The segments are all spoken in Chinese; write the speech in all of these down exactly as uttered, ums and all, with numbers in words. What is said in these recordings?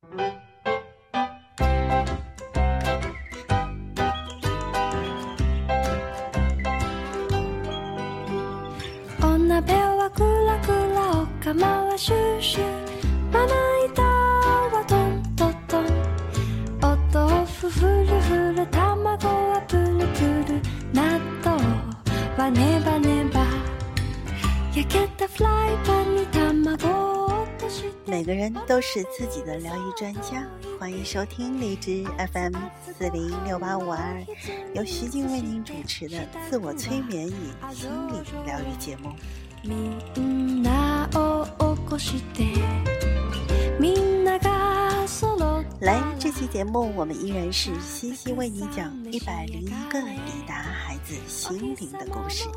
每个人都是自己的疗愈专家，欢迎收听荔枝 F M 四零六八五二，由徐静为您主持的自我催眠与心理疗愈节目。来，这期节目我们依然是西西为你讲一百零一个抵达孩子心灵的故事。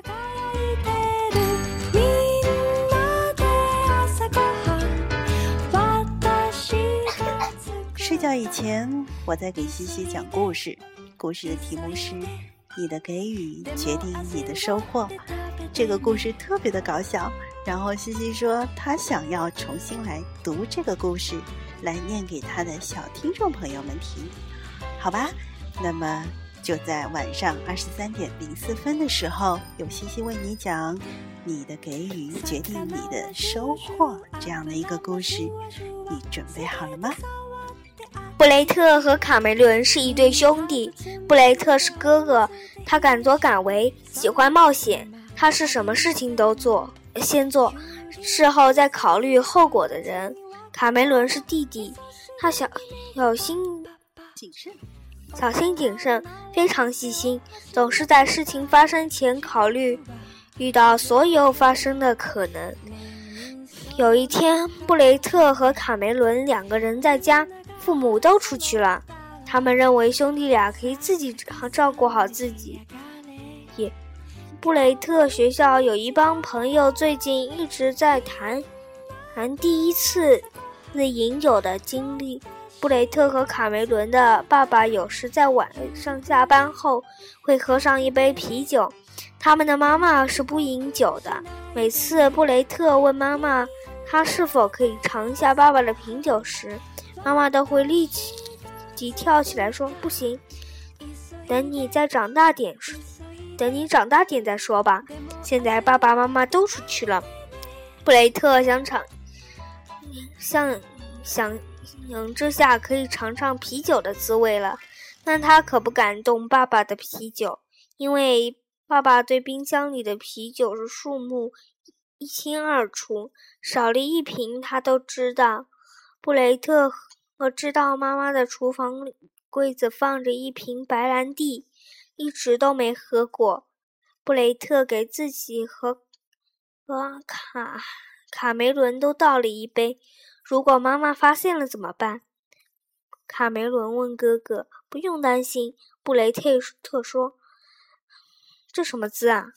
睡觉以前，我在给西西讲故事。故事的题目是你的给予决定你的收获。这个故事特别的搞笑，然后西西说她想要重新来读这个故事，来念给她的小听众朋友们听。好吧，那么就在晚上二十三点零四分的时候，有西西为你讲你的给予决定你的收获这样的一个故事，你准备好了吗？ 布雷特和卡梅伦是一对兄弟，布雷特是哥哥，他敢作敢为，喜欢冒险，他是什么事情都做，先做，事后再考虑后果的人。卡梅伦是弟弟，他小小心谨慎，小心谨慎，非常细心，总是在事情发生前考虑遇到所有发生的可能。有一天，布雷特和卡梅伦两个人在家，父母都出去了，他们认为兄弟俩可以自己照顾好自己。也，布雷特学校有一帮朋友最近一直在谈谈第一次饮酒的经历。布雷特和卡梅伦的爸爸有时在晚上下班后会喝上一杯啤酒，他们的妈妈是不饮酒的。每次布雷特问妈妈他是否可以尝下爸爸的啤酒时，妈妈都会立即跳起来说不行，等你再长大点等你长大点再说吧，现在爸爸妈妈都出去了。布雷特想尝想想想这下可以尝尝啤酒的滋味了，但他可不敢动爸爸的啤酒，因为爸爸对冰箱里的啤酒的数目一清二楚，少了一瓶他都知道。布雷特和知道妈妈的厨房柜子放着一瓶白兰地，一直都没喝过。布雷特给自己和和卡卡梅伦都倒了一杯，如果妈妈发现了怎么办？卡梅伦问哥哥。不用担心，布雷特说。这什么字啊？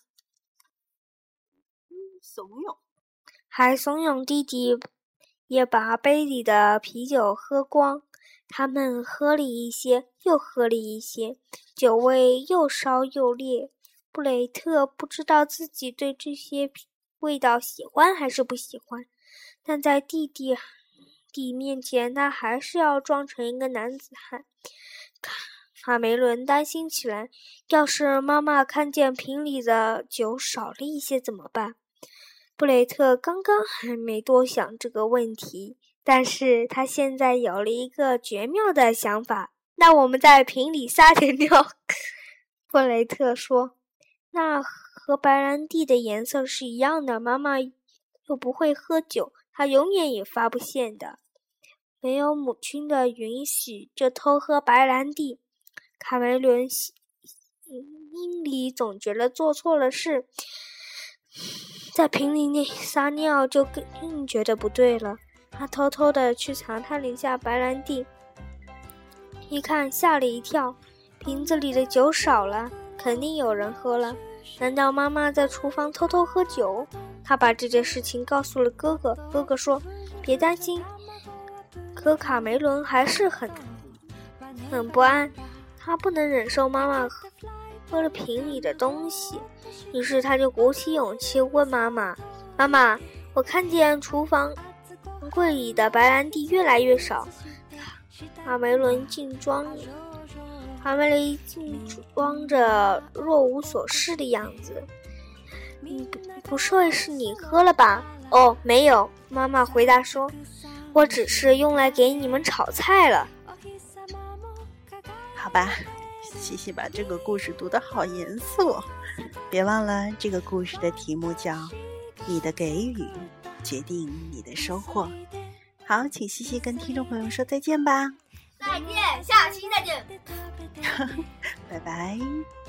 怂恿。 还怂恿弟弟也把杯里的啤酒喝光。他们喝了一些，又喝了一些，酒味又烧又烈。布雷特不知道自己对这些味道喜欢还是不喜欢，但在弟弟弟面前，他还是要装成一个男子汉。卡卡梅伦担心起来，要是妈妈看见瓶里的酒少了一些怎么办？布雷特刚刚还没多想这个问题，但是他现在有了一个绝妙的想法。那我们在瓶里撒点尿。布雷特说，那和白兰地的颜色是一样的，妈妈又不会喝酒，她永远也发不现的。没有母亲的允许就偷喝白兰地，卡梅伦心里总觉得做错了事，在瓶里内撒尿就更觉得不对了。他偷偷地去查探了一下白兰地，一看吓了一跳，瓶子里的酒少了，肯定有人喝了。难道妈妈在厨房偷偷喝酒？他把这件事情告诉了哥哥，哥哥说别担心。可卡梅伦还是很很不安，他不能忍受妈妈喝喝了瓶里的东西，于是他就鼓起勇气问妈妈：“妈妈，我看见厨房柜里的白兰地越来越少。卡梅伦竟装，卡梅雷竟装着若无所事的样子。嗯，不不会是你喝了吧？哦，没有，妈妈回答说，我只是用来给你们炒菜了。 好吧，西西把这个故事读得好严肃。别忘了，这个故事的题目叫你的给予决定你的收获。好，请西西跟听众朋友说再见吧。 再见，下期再见。 拜拜。